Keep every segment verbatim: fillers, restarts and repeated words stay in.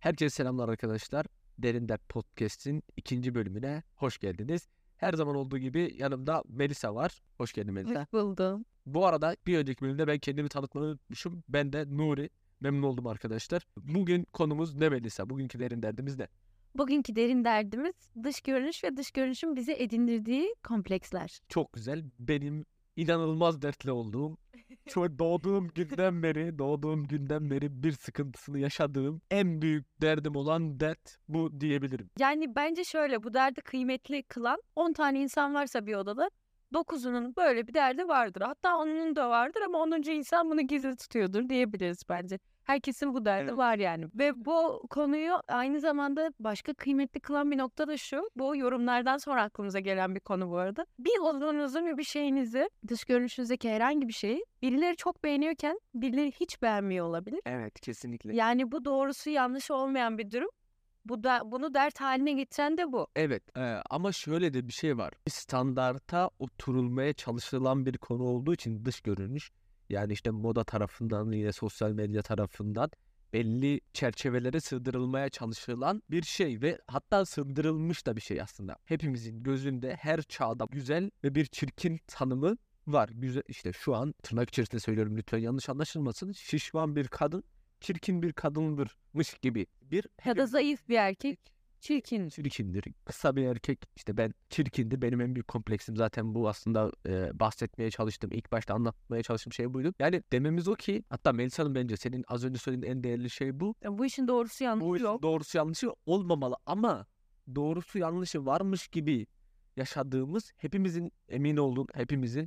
Herkese selamlar arkadaşlar. Derin Dert Podcast'in ikinci bölümüne hoş geldiniz. Her zaman olduğu gibi yanımda Melisa var. Hoş geldin Melisa. Hoş buldum. Bu arada bir önceki bölümde ben kendimi tanıtmayı unutmuşum. Ben de Nuri. Memnun oldum arkadaşlar. Bugün konumuz ne Melisa? Bugünkü derin derdimiz ne? Bugünkü derin derdimiz dış görünüş ve dış görünüşün bize edindirdiği kompleksler. Çok güzel. Benim inanılmaz dertli olduğum, şu doğduğum günden beri, doğduğum günden beri bir sıkıntısını yaşadığım en büyük derdim olan dert bu diyebilirim. Yani bence şöyle, bu derdi kıymetli kılan on tane insan varsa bir odada dokuzunun böyle bir derdi vardır. Hatta onun da vardır ama onuncu insan bunu gizli tutuyordur diyebiliriz bence. Herkesin bu derdi Evet. var yani. Ve bu konuyu aynı zamanda başka kıymetli kılan bir nokta da şu. Bu yorumlardan sonra aklımıza gelen bir konu bu arada. Bir huzurunuzu, bir şeyinizi, dış görünüşünüzdeki herhangi bir şeyi birileri çok beğeniyorken birileri hiç beğenmiyor olabilir. Evet, kesinlikle. Yani bu doğrusu yanlış olmayan bir durum. Bu da bunu dert haline getiren de bu. Evet e, ama şöyle de bir şey var. Bir standarta oturulmaya çalışılan bir konu olduğu için dış görünüş, yani işte moda tarafından, yine sosyal medya tarafından belli çerçevelere sığdırılmaya çalışılan bir şey ve hatta sığdırılmış da bir şey aslında. Hepimizin gözünde her çağda güzel ve bir çirkin tanımı var. Güzel, işte şu an tırnak içerisinde söylüyorum, lütfen yanlış anlaşılmasın. Şişman bir kadın çirkin bir kadındırmış gibi bir Ya da zayıf bir erkek çirkin. çirkindir. Kısa bir erkek, işte ben çirkindi. Benim en büyük kompleksim zaten bu aslında, e, bahsetmeye çalıştım. İlk başta anlatmaya çalıştığım şey buydu. Yani dememiz o ki, hatta Melisa'nın bence senin az önce söylediğin en değerli şey bu. Ya bu işin doğrusu yanlışı Bu işin yok. doğrusu yanlışı olmamalı ama doğrusu yanlışı varmış gibi yaşadığımız, hepimizin emin olduğum, hepimizin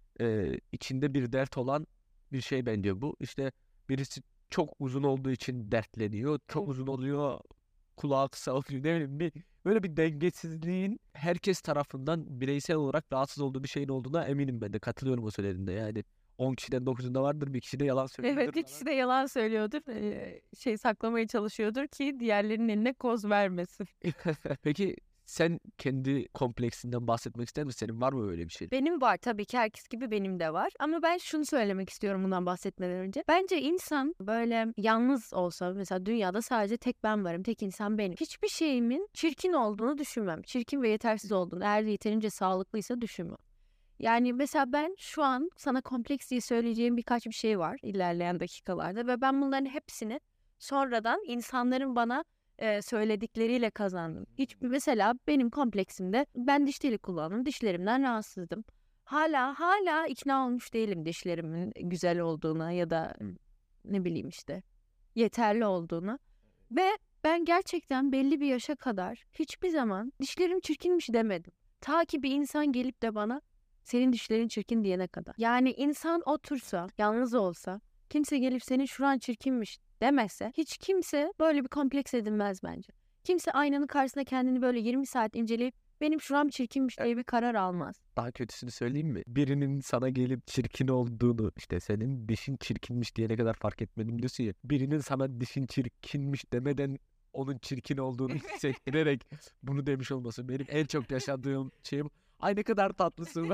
e, içinde bir dert olan bir şey bence bu. İşte birisi çok uzun olduğu için dertleniyor. Çok uzun oluyor, kulağı kısa oluyor. Ne bileyim, bir, böyle bir dengesizliğin herkes tarafından bireysel olarak rahatsız olduğu bir şeyin olduğuna eminim ben de. Katılıyorum o söylediğinde. Yani on kişiden dokuzunda vardır, bir kişi de yalan söylüyordur. Evet, ikisi de yalan söylüyordur. Ee, şey saklamaya çalışıyordur ki diğerlerinin eline koz vermesin. Peki sen kendi kompleksinden bahsetmek ister misin? Senin var mı öyle bir şey? Benim var tabii ki, herkes gibi benim de var. Ama ben şunu söylemek istiyorum bundan bahsetmeden önce. Bence insan böyle yalnız olsa, mesela dünyada sadece tek ben varım, tek insan benim. Hiçbir şeyimin çirkin olduğunu düşünmem. Çirkin ve yetersiz olduğunu, eğer yeterince sağlıklıysa düşünmem. Yani mesela ben şu an sana kompleks diye söyleyeceğim birkaç bir şey var ilerleyen dakikalarda ve ben bunların hepsini sonradan insanların bana e, söyledikleriyle kazandım. Hiç, mesela benim kompleksimde ben diş teli kullandım, dişlerimden rahatsızdım. Hala hala ikna olmuş değilim dişlerimin güzel olduğuna ya da ne bileyim işte yeterli olduğuna. Ve ben gerçekten belli bir yaşa kadar hiçbir zaman dişlerim çirkinmiş demedim. Ta ki bir insan gelip de bana senin dişlerin çirkin diyene kadar. Yani insan otursa, yalnız olsa, kimse gelip senin şuran çirkinmiş demese, hiç kimse böyle bir kompleks edinmez bence. Kimse aynanın karşısında kendini böyle yirmi saat inceleyip benim şuram çirkinmiş diye bir karar almaz. Daha kötüsünü söyleyeyim mi? Birinin sana gelip çirkin olduğunu, işte senin dişin çirkinmiş diye ne kadar fark etmedim diyorsun ya. Birinin sana dişin çirkinmiş demeden onun çirkin olduğunu hissettirerek bunu demiş olması benim en çok yaşadığım şeyim. Ay ne kadar tatlısın.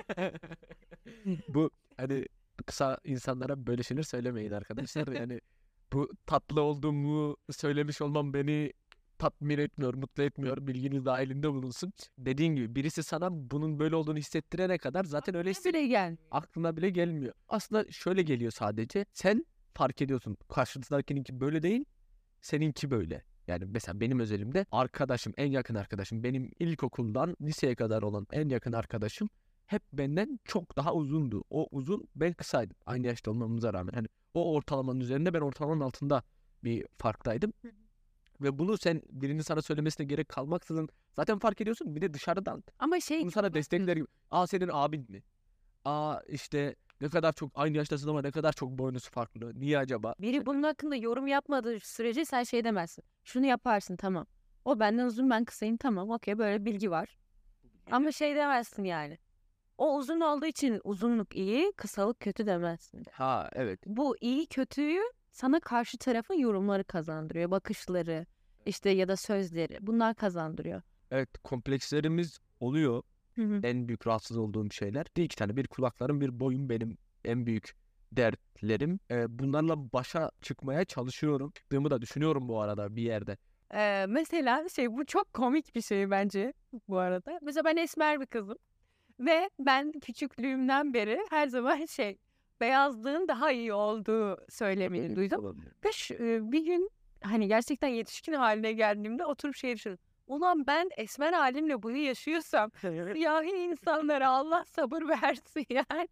Bu hani kısa insanlara böyle şeyler söylemeyin arkadaşlar. Yani bu tatlı olduğumu söylemiş olmam beni tatmin etmiyor, mutlu etmiyor. Bilginiz dahilinde bulunsun. Dediğin gibi birisi sana bunun böyle olduğunu hissettirene kadar zaten öyle hisset bile gel. aklına bile gelmiyor. Aslında şöyle geliyor sadece. Sen fark ediyorsun. Karşınızdakininki böyle değil, seninki böyle. Yani mesela benim özelimde arkadaşım, en yakın arkadaşım, benim ilkokuldan liseye kadar olan en yakın arkadaşım hep benden çok daha uzundu. O uzun, ben kısaydım. Aynı yaşta olmamıza rağmen. Hani o ortalamanın üzerinde, ben ortalamanın altında bir farktaydım. Ve bunu sen birinin sana söylemesine gerek kalmaksızın zaten fark ediyorsun. Bir de dışarıdan Ama şey bunu sana destekler gibi. Aa, senin abin mi? Aa, işte ne kadar çok aynı yaştasın ama ne kadar çok boynusu farklı. Niye acaba? biri bunun hakkında yorum yapmadığı sürece sen şey demezsin. Şunu yaparsın, tamam. O benden uzun, ben kısayım, tamam, okey, böyle bilgi var. Ama şey demezsin yani. O uzun olduğu için uzunluk iyi, kısalık kötü demezsin. Ha, evet. Bu iyi kötüyü sana karşı tarafın yorumları kazandırıyor. Bakışları işte ya da sözleri. Bunlar kazandırıyor. Evet, komplekslerimiz oluyor. Hı hı. En büyük rahatsız olduğum şeyler. Bir iki tane, bir kulaklarım, bir boyum benim en büyük dertlerim. Ee, bunlarla başa çıkmaya çalışıyorum. Çıktığımı da düşünüyorum bu arada bir yerde. Ee, mesela şey bu çok komik bir şey bence bu arada. Mesela ben esmer bir kızım ve ben küçüklüğümden beri her zaman şey beyazlığın daha iyi olduğu söylemini duydum. Ve şu, e, bir gün hani gerçekten yetişkin haline geldiğimde oturup şey düşündüm. Ulan ben esmer halimle bunu yaşıyorsam siyahi insanlara Allah sabır versin yani.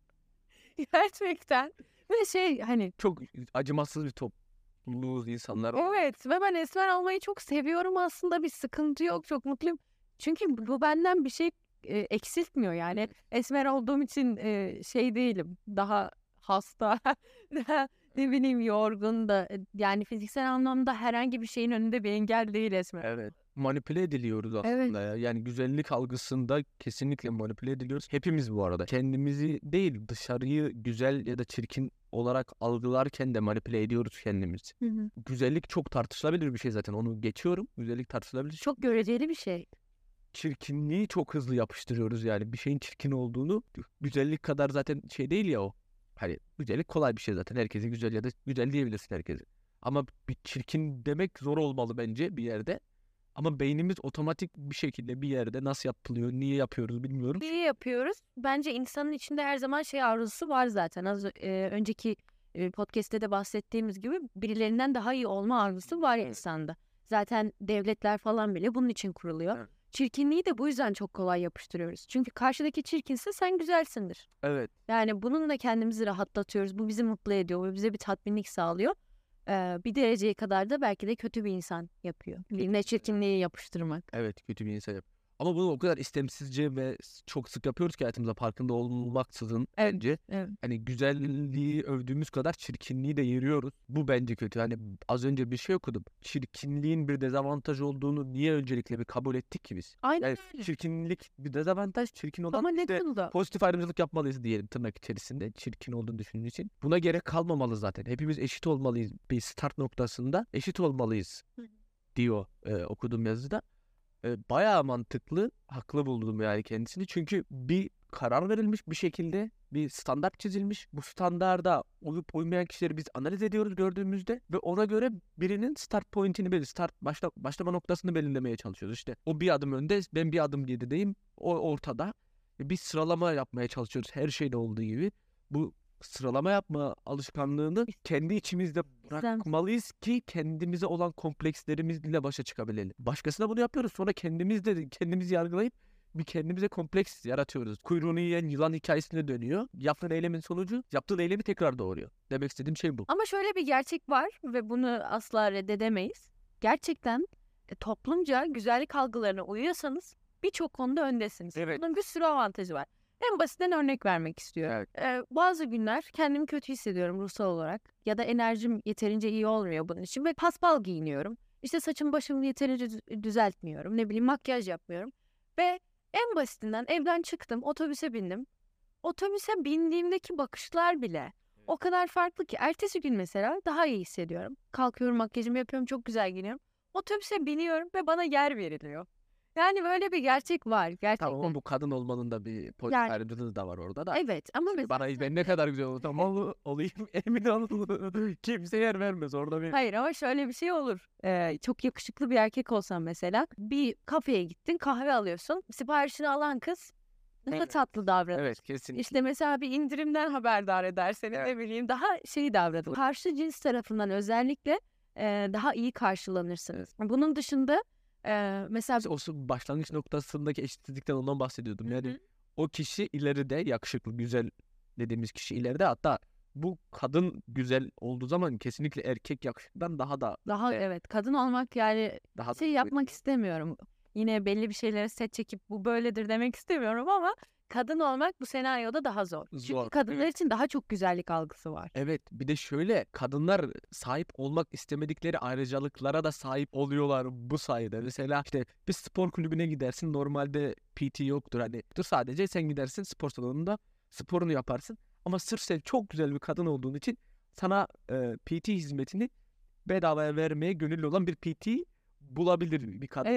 Gerçekten. Ve şey hani Çok acımasız bir topluluğuz insanlar. evet ve ben esmer olmayı çok seviyorum aslında bir sıkıntı yok çok mutluyum. Çünkü bu benden bir şey e, eksiltmiyor yani esmer olduğum için e, şey değilim daha hasta daha ne bileyim yorgun da e, yani fiziksel anlamda herhangi bir şeyin önünde bir engel değil esmer. Evet. Manipüle ediliyoruz aslında Evet. ya. Yani güzellik algısında kesinlikle manipüle ediliyoruz. Hepimiz bu arada. Kendimizi değil dışarıyı güzel ya da çirkin olarak algılarken de manipüle ediyoruz kendimizi. Hı hı. Güzellik çok tartışılabilir bir şey zaten. Onu geçiyorum. Güzellik tartışılabilir. Çok göreceli bir şey. Çirkinliği çok hızlı yapıştırıyoruz yani. Bir şeyin çirkin olduğunu güzellik kadar zaten şey değil ya o. Hani güzellik kolay bir şey zaten. Herkese güzel ya da güzel diyebilirsin herkese. Ama bir çirkin demek zor olmalı bence bir yerde. Ama beynimiz otomatik bir şekilde bir yerde nasıl yapılıyor, niye yapıyoruz bilmiyorum. İyi yapıyoruz. Bence insanın içinde her zaman şey arzusu var zaten. Az e, önceki e, podcast'te de bahsettiğimiz gibi birilerinden daha iyi olma arzusu var Evet. insanda. Zaten devletler falan bile bunun için kuruluyor. Evet. Çirkinliği de bu yüzden çok kolay yapıştırıyoruz. Çünkü karşıdaki çirkinse sen güzelsindir. Evet. Yani bununla kendimizi rahatlatıyoruz. Bu bizi mutlu ediyor. Bu bize bir tatminlik sağlıyor. Ee, bir dereceye kadar da belki de kötü bir insan yapıyor. Birine çirkinliği yapıştırmak. Evet, kötü bir insan yap. Ama bunu o kadar istemsizce ve s- çok sık yapıyoruz ki hayatımızda farkında olmaksızın Evet. bence. Evet. Hani güzelliği övdüğümüz kadar çirkinliği de yeriyoruz. Bu bence kötü. Hani az önce bir şey okudum. Çirkinliğin bir dezavantaj olduğunu niye öncelikle bir kabul ettik ki biz? Aynen Yani öyle. çirkinlik bir dezavantaj, çirkin olan Ama ne işte konuda? pozitif ayrımcılık yapmalıyız diyelim tırnak içerisinde. Çirkin olduğunu düşündüğü için. Buna gerek kalmamalı zaten. Hepimiz eşit olmalıyız. Bir start noktasında eşit olmalıyız Hı hı. diyor e, okuduğum yazıda. E, bayağı mantıklı, haklı buldum yani kendisini. Çünkü bir karar verilmiş bir şekilde bir standart çizilmiş. Bu standarda uyup uymayan kişileri biz analiz ediyoruz gördüğümüzde ve ona göre birinin start point'ini belirliyoruz. Start başla, başlama noktasını belirlemeye çalışıyoruz. İşte o bir adım önde, ben bir adım gerideyim. O ortada. E, Bir sıralama yapmaya çalışıyoruz her şeyde olduğu gibi. Bu sıralama yapma alışkanlığını kendi içimizde bırakmalıyız ki kendimize olan komplekslerimizle başa çıkabilelim. Başkasına bunu yapıyoruz. Sonra kendimiz de kendimizi yargılayıp bir kendimize kompleks yaratıyoruz. Kuyruğunu yiyen yılan hikayesine dönüyor. Yaptığın eylemin sonucu yaptığın eylemi tekrar doğuruyor. Demek istediğim şey bu. Ama şöyle bir gerçek var ve bunu asla reddedemeyiz. Gerçekten e, toplumca güzellik algılarına uyuyorsanız birçok konuda öndesiniz. Evet. Bunun bir sürü avantajı var. En basitten örnek vermek istiyorum. Evet. Ee, bazı günler kendimi kötü hissediyorum ruhsal olarak ya da enerjim yeterince iyi olmuyor bunun için ve paspal giyiniyorum. İşte saçım başımı yeterince düz- düzeltmiyorum. Ne bileyim makyaj yapmıyorum. Ve en basitinden evden çıktım, otobüse bindim. Otobüse bindiğimdeki bakışlar bile o kadar farklı ki ertesi gün mesela daha iyi hissediyorum. Kalkıyorum, makyajımı yapıyorum, çok güzel giyiniyorum. Otobüse biniyorum ve bana yer veriliyor. Yani böyle bir gerçek var gerçekten. Tamam ama bu kadın olmanın da bir pozitif Yani- ayrımcılığı da var orada da. Evet ama Çünkü mesela... bana ben ne kadar güzel olursam ol- olayım emin olun kimse yer vermez orada bir. Hayır ama şöyle bir şey olur. Ee, çok yakışıklı bir erkek olsan mesela bir kafeye gittin kahve alıyorsun. Siparişini alan kız daha Evet. tatlı davranır. Evet kesinlikle. İşte mesela bir indirimden haberdar eder seni Evet. ne bileyim daha şey davranır. Karşı cins tarafından özellikle e, daha iyi karşılanırsınız. Bunun dışında e, mesela... İşte o su- başlangıç noktasındaki eşitsizlikten ondan bahsediyordum. Hı Yani hı. o kişi ileride yakışıklı, güzel dediğimiz kişi ileride hatta bu kadın güzel olduğu zaman kesinlikle erkek yakışıklıdan daha da Daha Evet. evet kadın olmak yani daha da şey yapmak istemiyorum. Yine belli bir şeylere set çekip bu böyledir demek istemiyorum ama kadın olmak bu senaryoda daha zor. Çünkü Zor, kadınlar evet. için daha çok güzellik algısı var. Evet bir de şöyle kadınlar sahip olmak istemedikleri ayrıcalıklara da sahip oluyorlar bu sayede. Mesela işte bir spor kulübüne gidersin normalde P T yoktur hani dur sadece sen gidersin spor salonunda sporunu yaparsın. Ama sırf sen çok güzel bir kadın olduğun için sana e, P T hizmetini bedavaya vermeye gönüllü olan bir P T bulabilir bir kadın. Evet.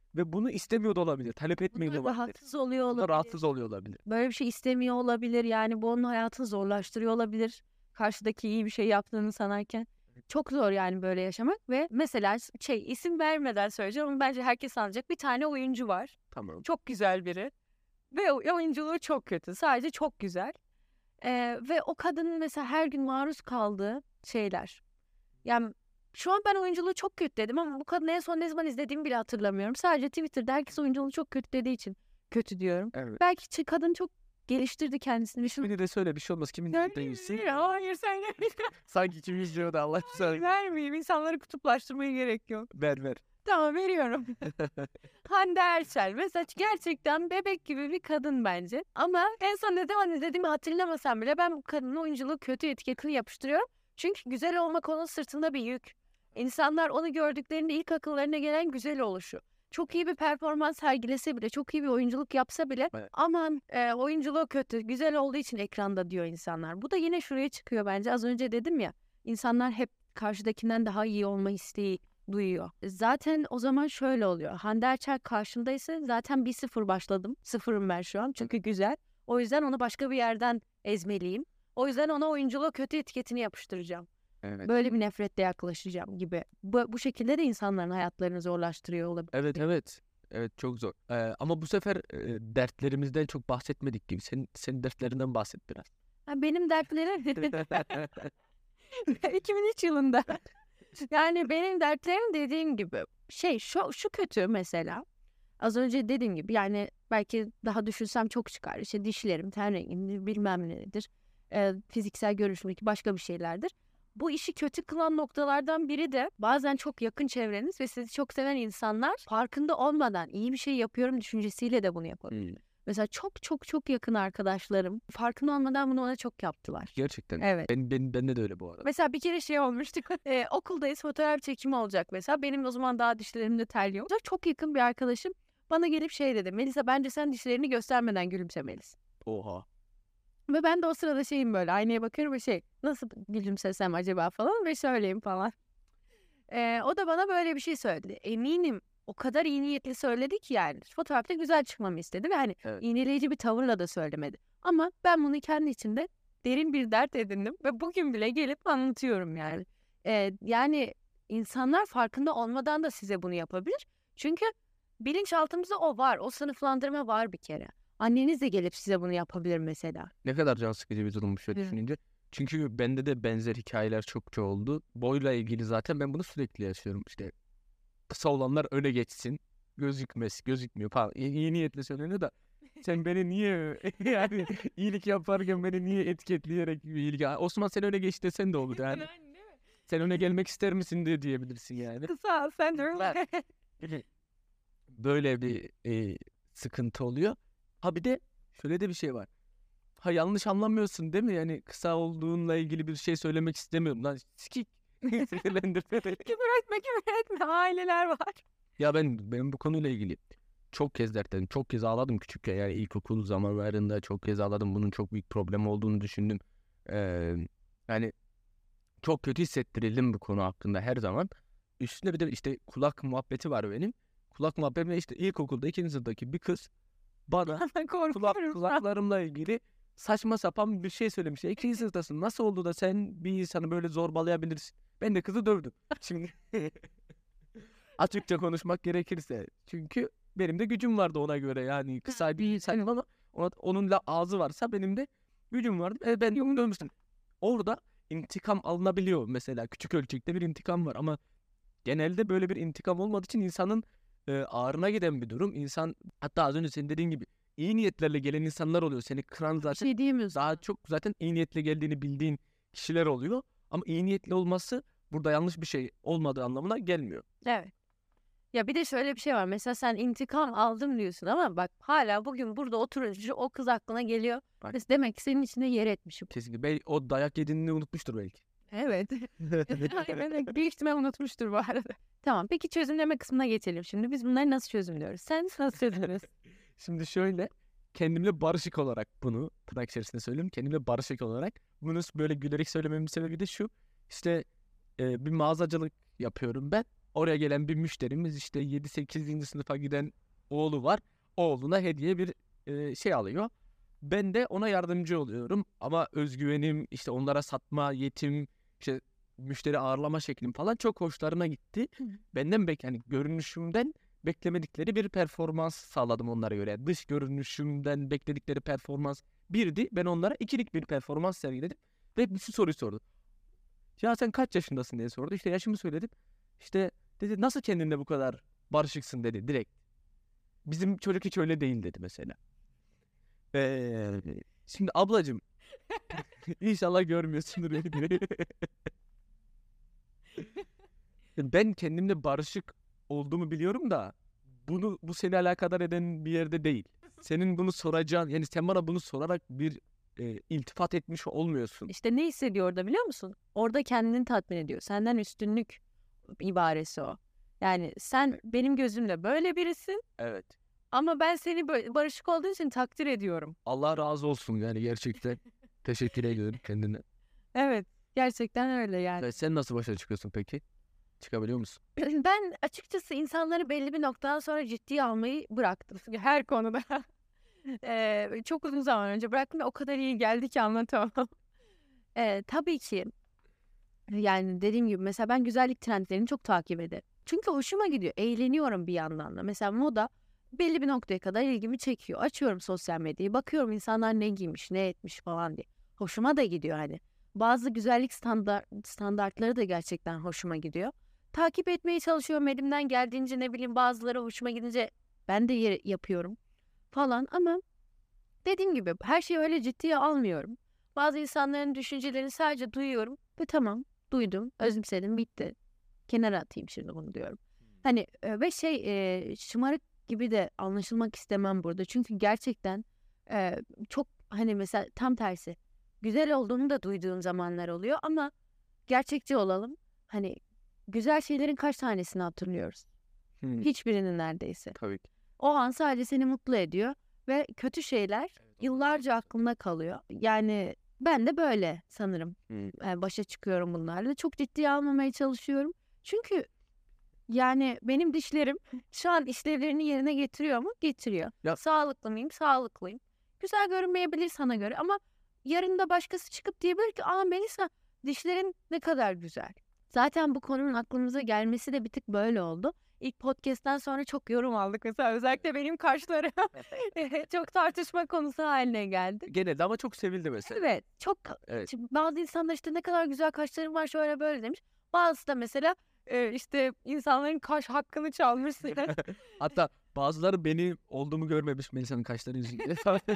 ve bunu istemiyor da olabilir. Talep etmiyor da Bunlar olabilir. rahatsız oluyor Bu da olabilir. rahatsız oluyor olabilir. Böyle bir şey istemiyor olabilir. Yani bu onun hayatını zorlaştırıyor olabilir. Karşıdaki iyi bir şey yaptığını sanarken. Çok zor yani böyle yaşamak ve mesela şey isim vermeden söyleyeceğim ama bence herkes anlayacak. Bir tane oyuncu var. Tamam. Çok güzel biri. Ve o- oyunculuğu çok kötü. Sadece çok güzel. Ee, ve o kadının mesela her gün maruz kaldığı şeyler. Yani şu an ben oyunculuğu çok kötü dedim ama bu kadını en son ne zaman izlediğimi bile hatırlamıyorum. Sadece Twitter'da herkes oyunculuğu çok kötü dediği için kötü diyorum. Evet. Belki çı- kadın çok geliştirdi kendisini. Ve şunu... İsmini de söyle, bir şey olmaz. Kimin Hayır, değilsin? hayır sen Sanki kim izliyor da Allah sana. vermeyeyim. İnsanları kutuplaştırmaya gerek yok. Ver ver. Tamam veriyorum. Hande Erçel mesela gerçekten bebek gibi bir kadın bence. Ama en son ne zaman izlediğimi hatırlamasam bile ben bu kadının oyunculuğu kötü etiketini yapıştırıyorum. Çünkü güzel olmak onun sırtında bir yük. İnsanlar onu gördüklerinde ilk akıllarına gelen güzel oluşu. Çok iyi bir performans sergilese bile, çok iyi bir oyunculuk yapsa bile Evet. aman e, oyunculuğu kötü, güzel olduğu için ekranda diyor insanlar. Bu da yine şuraya çıkıyor bence. Az önce dedim ya, insanlar hep karşıdakinden daha iyi olma isteği duyuyor. Zaten o zaman şöyle oluyor. Hande Erçel karşımdaysa zaten bir sıfır başladım. Sıfırım ben şu an çünkü güzel. O yüzden onu başka bir yerden ezmeliyim. O yüzden ona oyunculuğu kötü etiketini yapıştıracağım. Evet. Böyle bir nefretle yaklaşacağım gibi. Bu, bu şekilde de insanların hayatlarını zorlaştırıyor olabilir. Evet evet. Evet çok zor. Ee, ama bu sefer e, dertlerimizden çok bahsetmedik gibi. Senin, senin dertlerinden bahset biraz. Ha, benim dertlerim iki bin üç yılında. Yani benim dertlerim dediğim gibi şey şu, şu kötü mesela. Az önce dediğim gibi yani belki daha düşünsem çok çıkar. İşte dişlerim, ten rengim bilmem nedir. E, fiziksel görüşmek başka bir şeylerdir. Bu işi kötü kılan noktalardan biri de bazen çok yakın çevreniz ve sizi çok seven insanlar farkında olmadan iyi bir şey yapıyorum düşüncesiyle de bunu yapabilir. Hmm. Mesela çok çok çok yakın arkadaşlarım farkında olmadan bunu ona çok yaptılar. Gerçekten. Evet. Ben, ben, bende de öyle bu arada. Mesela bir kere şey olmuştu. Ee, okuldayız, fotoğraf çekimi olacak mesela. Benim o zaman daha dişlerimde tel yok. Çok yakın bir arkadaşım bana gelip şey dedi. Melisa bence sen dişlerini göstermeden gülümsemelisin. Oha. Ve ben de o sırada şeyim böyle aynaya bakıyorum ve şey nasıl gülümsesem acaba falan ve söyleyeyim falan. Ee, o da bana böyle bir şey söyledi. Eminim o kadar iyi niyetli söyledi ki yani. Fotoğrafta güzel çıkmamı istedi ve hani Evet. iğneleyici bir tavırla da söylemedi. Ama ben bunu kendi içimde derin bir dert edindim ve bugün bile gelip anlatıyorum yani. Ee, yani insanlar farkında olmadan da size bunu yapabilir. Çünkü bilinçaltımızda o var. O sınıflandırma var bir kere. Anneniz de gelip size bunu yapabilir mesela. Ne kadar can sıkıcı bir durummuş şöyle Evet. düşününce. Çünkü bende de benzer hikayeler çokça oldu. Boyla ilgili zaten ben bunu sürekli yaşıyorum. İşte kısa olanlar öne geçsin. Gözükmez, gözükmüyor falan. İyi, iyi niyetle söyleniyor da sen beni niye yani iyilik yaparken beni niye etiketleyerek bir iyilik... Aa, Osman sen öne geç desen de olur yani. Sen öne gelmek ister misin diye diyebilirsin yani. Kısa sen de Böyle bir e, sıkıntı oluyor. Ha bir de şöyle de bir şey var. Ha yanlış anlamıyorsun değil mi? Yani kısa olduğunla ilgili bir şey söylemek istemiyorum. Lan sikik. Sinirlendirme beni. Küfür etme küfür etme aileler var. Ya ben benim bu konuyla ilgili çok kez dertledim. Çok kez ağladım küçükken. Yani ilkokul zamanlarında çok kez ağladım. Bunun çok büyük problem olduğunu düşündüm. Ee, yani çok kötü hissettirildim bu konu hakkında her zaman. Üstüne bir de işte kulak muhabbeti var benim. Kulak muhabbeti işte ilkokulda ikinci sınıftaki bir kız bana kulak, Korkuyorum. kulaklarımla ilgili saçma sapan bir şey söylemiş. Ya, İkinci sınıftasın. Nasıl oldu da sen bir insanı böyle zorbalayabilirsin? Ben de kızı dövdüm. Şimdi açıkça konuşmak gerekirse. Çünkü benim de gücüm vardı ona göre. Yani kısa bir insanım ama ona, onun da ağzı varsa benim de gücüm vardı. E, ben de onu dövmüştüm. Orada intikam alınabiliyor mesela. Küçük ölçekte bir intikam var ama genelde böyle bir intikam olmadığı için insanın e, ağrına giden bir durum. İnsan hatta az önce senin dediğin gibi iyi niyetlerle gelen insanlar oluyor. Seni kıran Bir zaten şey diyemiyorsun. daha çok zaten iyi niyetle geldiğini bildiğin kişiler oluyor. Ama iyi niyetli olması burada yanlış bir şey olmadığı anlamına gelmiyor. Evet. Ya bir de şöyle bir şey var. Mesela sen intikam aldım diyorsun ama bak hala bugün burada oturunca o kız aklına geliyor. Bak. Mesela demek ki senin içinde yer etmişim. Kesinlikle. Bey, o dayak yediğini unutmuştur belki. Evet. Aynen, büyük ihtimal unutmuştur bu arada. Tamam peki çözümleme kısmına geçelim şimdi. Biz bunları nasıl çözümlüyoruz? Sen nasıl çözümlüyorsun? Şimdi şöyle kendimle barışık olarak bunu tırnak içerisinde söyleyeyim. Kendimle barışık olarak bunu böyle gülerek söylememin sebebi de şu. İşte e, bir mağazacılık yapıyorum ben. Oraya gelen bir müşterimiz işte yedi sekizinci sınıfa giden oğlu var. Oğluna hediye bir e, şey alıyor. Ben de ona yardımcı oluyorum. Ama özgüvenim, işte onlara satma yetim, işte müşteri ağırlama şeklim falan çok hoşlarına gitti. Benden bek yani görünüşümden beklemedikleri bir performans sağladım onlara göre. Dış görünüşümden bekledikleri performans birdi. Ben onlara ikilik bir performans sergiledim. Ve şu soruyu sordu. Ya sen kaç yaşındasın diye sordu. İşte yaşımı söyledim. İşte dedi nasıl kendinle bu kadar barışıksın dedi direkt. Bizim çocuk hiç öyle değil dedi mesela. Ee, şimdi ablacığım inşallah görmüyorsundur beni. Ben kendimle barışık olduğumu biliyorum da bunu bu seni alakadar eden bir yerde değil. Senin bunu soracağın, yani sen bana bunu sorarak bir e, iltifat etmiş olmuyorsun. İşte ne hissediyor orada biliyor musun? Orada kendini tatmin ediyor. Senden üstünlük ibaresi o. Yani sen benim gözümle böyle birisin Evet. ama ben seni böyle barışık olduğun için takdir ediyorum. Allah razı olsun yani gerçekten. Teşekkür ediyorum kendine. Evet, gerçekten öyle yani. Evet, sen nasıl başa çıkıyorsun peki? Çıkabiliyor musun? Ben açıkçası insanları belli bir noktadan sonra ciddiye almayı bıraktım. Her konuda. Ee, çok uzun zaman önce bıraktım ve o kadar iyi geldi ki anlatamam. Ee, tabii ki yani dediğim gibi mesela ben güzellik trendlerini çok takip ederim. Çünkü hoşuma gidiyor. Eğleniyorum bir yandan da. Mesela moda belli bir noktaya kadar ilgimi çekiyor. Açıyorum sosyal medyayı. Bakıyorum insanlar ne giymiş, ne etmiş falan diye. Hoşuma da gidiyor hani. Bazı güzellik standart, standartları da gerçekten hoşuma gidiyor. Takip etmeye çalışıyorum. Elimden geldiğince ne bileyim bazıları hoşuma gidince ben de yer- yapıyorum falan. Ama dediğim gibi her şeyi öyle ciddiye almıyorum. Bazı insanların düşüncelerini sadece duyuyorum ve tamam duydum, özümsedim, bitti. Kenara atayım şimdi bunu diyorum. Hani e, ve şey e, şımarık gibi de anlaşılmak istemem burada. Çünkü gerçekten e, çok hani mesela tam tersi güzel olduğunu da duyduğum zamanlar oluyor ama gerçekçi olalım. Hani güzel şeylerin kaç tanesini hatırlıyoruz? Hmm, Hiçbirinin neredeyse. tabii ki. O an sadece seni mutlu ediyor ve kötü şeyler yıllarca aklında kalıyor. Yani ben de böyle sanırım Hmm. e, başa çıkıyorum bunlarla. Çok ciddiye almamaya çalışıyorum. Çünkü yani benim dişlerim şu an işlevlerini yerine getiriyor mu? Getiriyor. Ya- Sağlıklı mıyım? Sağlıklıyım. Güzel görünmeyebilir sana göre ama yarın da başkası çıkıp diyebilir ki aa Melisa dişlerin ne kadar güzel. Zaten bu konunun aklımıza gelmesi de bir tık böyle oldu. İlk podcast'ten sonra çok yorum aldık mesela özellikle benim kaşlarım çok tartışma konusu haline geldi. Genelde ama çok sevildi mesela. Evet, çok Evet. şimdi bazı insanlar işte ne kadar güzel kaşlarım var şöyle böyle demiş. Bazısı da mesela e, işte insanların kaş hakkını çalmış. Hatta bazıları beni olduğumu görmemiş Melisa'nın kaşları yüzünden.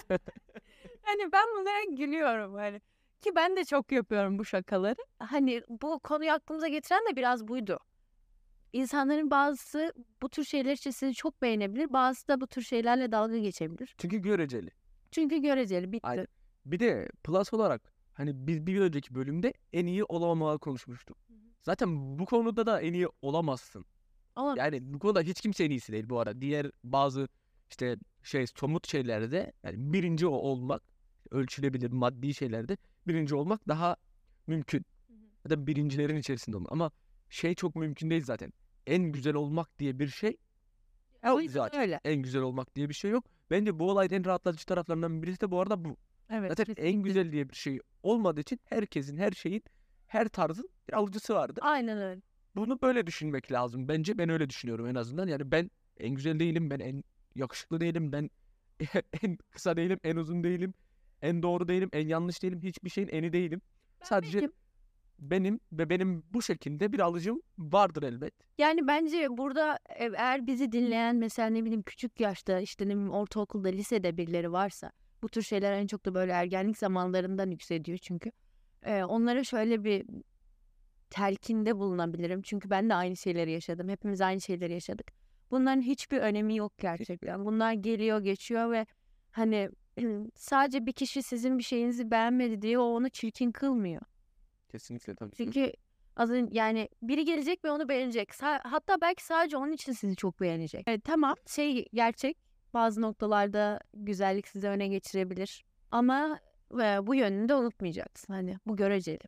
Hani ben bunlara gülüyorum hani. Ki ben de çok yapıyorum bu şakaları. Hani bu konuyu aklımıza getiren de biraz buydu. İnsanların bazısı bu tür şeyler için sizi çok beğenebilir. Bazısı da bu tür şeylerle dalga geçebilir. Çünkü göreceli. Çünkü göreceli bitti. Aynen. Bir de plus olarak hani biz bir önceki bölümde en iyi olamamağı konuşmuştuk. Zaten bu konuda da en iyi olamazsın. Ama Yani bu konuda hiç kimse en iyisi değil bu arada. Diğer bazı işte şey somut şeylerde yani birinci o- olmak ölçülebilir maddi şeylerde birinci olmak daha mümkün. Ya da birincilerin içerisinde olmak. Ama şey çok mümkün değil zaten. En güzel olmak diye bir şey yok aynen zaten. öyle. En güzel olmak diye bir şey yok. Bence bu olayın en rahatlatıcı taraflarından birisi de bu arada bu. Evet, Zaten kesinlikle. en güzel diye bir şey olmadığı için herkesin, her şeyin, her tarzın bir alıcısı vardır. Aynen öyle. Bunu böyle düşünmek lazım. Bence ben öyle düşünüyorum en azından. Yani ben en güzel değilim, ben en yakışıklı değilim, ben en kısa değilim, en uzun değilim, en doğru değilim, en yanlış değilim, hiçbir şeyin eni değilim. Sadece benim. benim ve benim bu şekilde bir alıcım vardır elbet. Yani bence burada e- eğer bizi dinleyen mesela ne bileyim küçük yaşta işte ne bileyim ortaokulda, lisede birileri varsa bu tür şeyler en çok da böyle ergenlik zamanlarından yükseliyor çünkü. Ee, onlara şöyle bir telkinde bulunabilirim. Çünkü ben de aynı şeyleri yaşadım. Hepimiz aynı şeyleri yaşadık. Bunların hiçbir önemi yok gerçekten. Bunlar geliyor geçiyor ve hani sadece bir kişi sizin bir şeyinizi beğenmedi diye o onu çirkin kılmıyor. Kesinlikle tabii. Çünkü az önce yani biri gelecek ve onu beğenecek. Sa- hatta belki sadece onun için sizi çok beğenecek. Evet, tamam şey gerçek bazı noktalarda güzellik sizi öne geçirebilir. Ama e, bu yönünü de unutmayacaksın. Hani bu göreceli.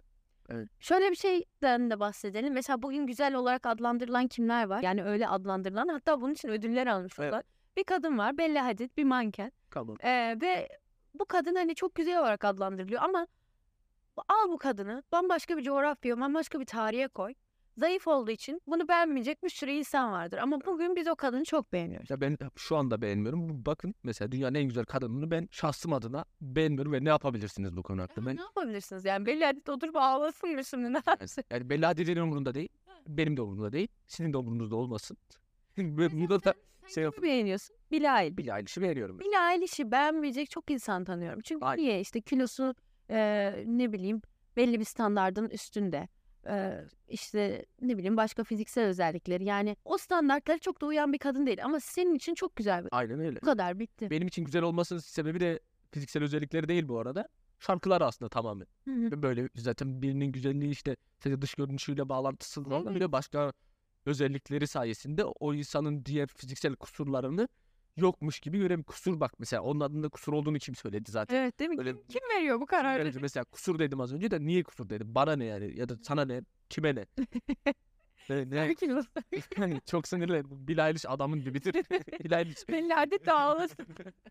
Evet. Şöyle bir şeyden de bahsedelim. Mesela bugün güzel olarak adlandırılan kimler var? Yani öyle adlandırılan, hatta bunun için ödüller almış Evet. olan bir kadın var. Bella Hadid, bir manken. Tamam. Ee, ve bu kadın hani çok güzel olarak adlandırılıyor ama al bu kadını bambaşka bir coğrafyaya, bambaşka bir tarihe koy. Zayıf olduğu için bunu beğenmeyecek bir sürü insan vardır. Ama bugün biz o kadını çok beğeniyoruz. Ya ben şu anda beğenmiyorum. Bakın mesela dünyanın en güzel kadınını ben şahsım adına beğenmiyorum ve ne yapabilirsiniz bu konu hakkında? Ben Ne yapabilirsiniz yani? Bella Hadid oturup ağlasın mı şimdi, ne yapsın? yani Bella Hadid'in umurunda değil. Benim de umurumda değil. Sizin de umurunuzda olmasın. Ve burada da şey Kimi yapın. beğeniyorsun? Billie Eilish. Billie Eilish'i beğeniyorum. Billie Eilish'i beğenmeyecek çok insan tanıyorum. Çünkü Aynen. niye? İşte kilosu e, ne bileyim belli bir standardın üstünde. E, işte ne bileyim başka fiziksel özellikleri. Yani o standartlara çok da uyan bir kadın değil. Ama senin için çok güzel bir. Aynen öyle. Bu kadar, bitti. Benim için güzel olmasının sebebi de fiziksel özellikleri değil bu arada. Şarkıları aslında tamamen. Hı hı. Böyle zaten birinin güzelliği işte sadece dış görünüşüyle bağlantısı Evet. olabiliyor. Başka özellikleri sayesinde o insanın diğer fiziksel kusurlarını yokmuş gibi göre bir kusur, bak mesela onun adında kusur olduğunu kim söyledi zaten. Evet, değil mi? Öyle- Kim, kim veriyor bu kararı? Yani mesela kusur dedim az önce de niye kusur dedim? Bana ne yani? Ya da sana ne? Kime ne? ne, ne? Kilosu. Yani çok sinirli. Billie Eilish adamın dibidir. Billie Eilish. Belli Hadid de ağlasın.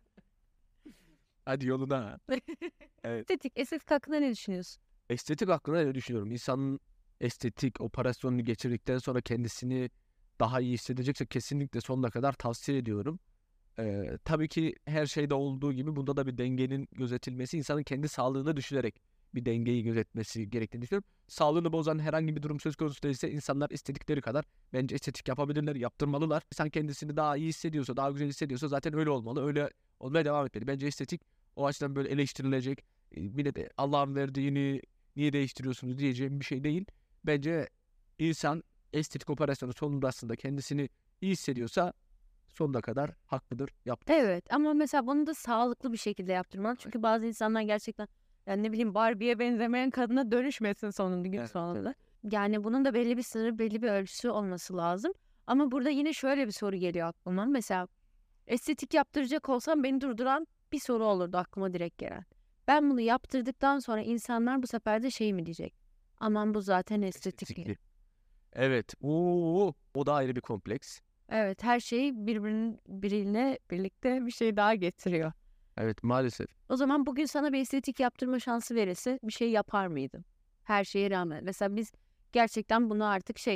Hadi yoluna. Evet. Estetik, estetik hakkında ne düşünüyorsun? Estetik hakkında ne düşünüyorum? İnsanın estetik operasyonunu geçirdikten sonra kendisini daha iyi hissedecekse kesinlikle sonuna kadar tavsiye ediyorum. Ee, tabii ki her şeyde olduğu gibi bunda da bir dengenin gözetilmesi, insanın kendi sağlığını düşünerek bir dengeyi gözetmesi gerektiğini düşünüyorum. Sağlığını bozan herhangi bir durum söz konusu değilse insanlar istedikleri kadar bence estetik yapabilirler, yaptırmalılar. İnsan kendisini daha iyi hissediyorsa, daha güzel hissediyorsa zaten öyle olmalı, öyle olmaya devam etmeli. Bence estetik o açıdan böyle eleştirilecek, e, millet e, Allah'ın verdiğini niye değiştiriyorsunuz diyeceğim bir şey değil. Bence insan estetik operasyonu sonunda aslında kendisini iyi hissediyorsa sonuna kadar haklıdır. Yap. Evet, ama mesela bunu da sağlıklı bir şekilde yaptırmalı. Çünkü bazı insanlar gerçekten yani ne bileyim Barbie'ye benzemeyen kadına dönüşmesin sonunda, gün Evet, sonunda. Yani bunun da belli bir sınırı, belli bir ölçüsü olması lazım. Ama burada yine şöyle bir soru geliyor aklıma. Mesela estetik yaptıracak olsam beni durduran bir soru olurdu aklıma direkt gelen. Ben bunu yaptırdıktan sonra insanlar bu sefer de şey mi diyecek? Aman bu zaten estetik. Estetikli. Evet. Oo, o da ayrı bir kompleks. Evet, her şey birbirinin biriyle birlikte bir şey daha getiriyor. Evet, maalesef. O zaman bugün sana bir estetik yaptırma şansı verirse bir şey yapar mıydın? Her şeye rağmen. Mesela biz gerçekten bunu artık şey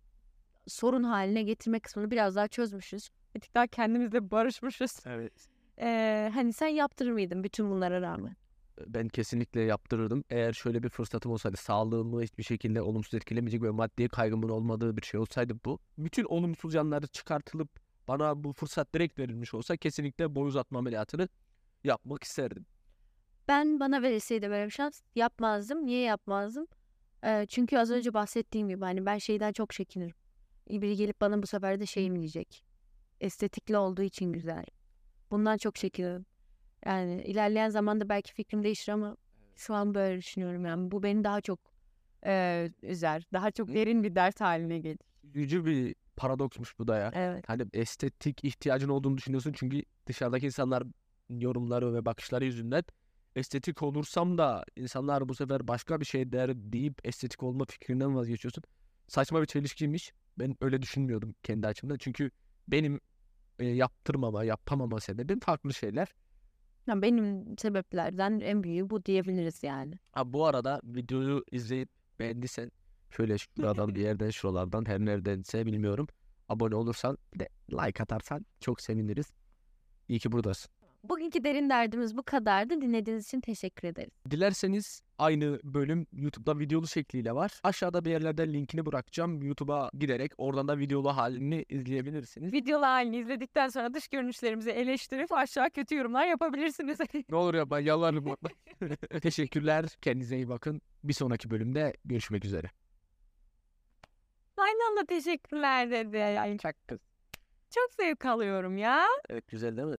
sorun haline getirme kısmını biraz daha çözmüşüz. Bir tık daha kendimizle barışmışız. Evet. Ee, hani sen yaptırır mıydın bütün bunlara rağmen? Ben kesinlikle yaptırırdım. Eğer şöyle bir fırsatım olsaydı, sağlığımı hiçbir şekilde olumsuz etkilemeyecek ve maddi kaygımın olmadığı bir şey olsaydı bu. Bütün olumsuz yanları çıkartılıp bana bu fırsat direkt verilmiş olsa kesinlikle boy uzatma ameliyatını yapmak isterdim. Ben bana verilseydi böyle bir şans yapmazdım. Niye yapmazdım? Ee, çünkü az önce bahsettiğim gibi hani ben şeyden çok çekinirim. Biri gelip bana bu sefer de şey mi diyecek? Estetikli olduğu için güzel. Bundan çok çekinirim. Yani ilerleyen zamanda belki fikrim değişir ama şu an böyle düşünüyorum yani. Bu beni daha çok eee, üzer. Daha çok derin bir dert haline gelir. Üzücü bir paradoksmuş bu da ya. Evet. Hani estetik ihtiyacın olduğunu düşünüyorsun çünkü dışarıdaki insanlar yorumları ve bakışları yüzünden estetik olursam da insanlar bu sefer başka bir şey der deyip estetik olma fikrinden vazgeçiyorsun. Saçma bir çelişkiymiş. Ben öyle düşünmüyordum kendi açımdan. Çünkü benim e, yaptırmama, yapamama sebebim farklı şeyler. Ya benim sebeplerden en büyüğü bu diyebiliriz yani. Ha, bu arada videoyu izleyip beğendiysen şöyle şuradan bir yerden şuralardan her neredense bilmiyorum. Abone olursan bir de like atarsan çok seviniriz. İyi ki buradasın. Bugünkü derin derdimiz bu kadardı. Dinlediğiniz için teşekkür ederiz. Dilerseniz aynı bölüm YouTube'da videolu şekliyle var. Aşağıda bir yerlerden linkini bırakacağım. YouTube'a giderek oradan da videolu halini izleyebilirsiniz. Videolu halini izledikten sonra dış görünüşlerimizi eleştirip aşağı kötü yorumlar yapabilirsiniz. Ne olur ya, ben yalvarırım. Teşekkürler. Kendinize iyi bakın. Bir sonraki bölümde görüşmek üzere. Aynı anda teşekkürler dedi. Yani Çok kız. çok zevk alıyorum ya. Evet, güzel değil mi?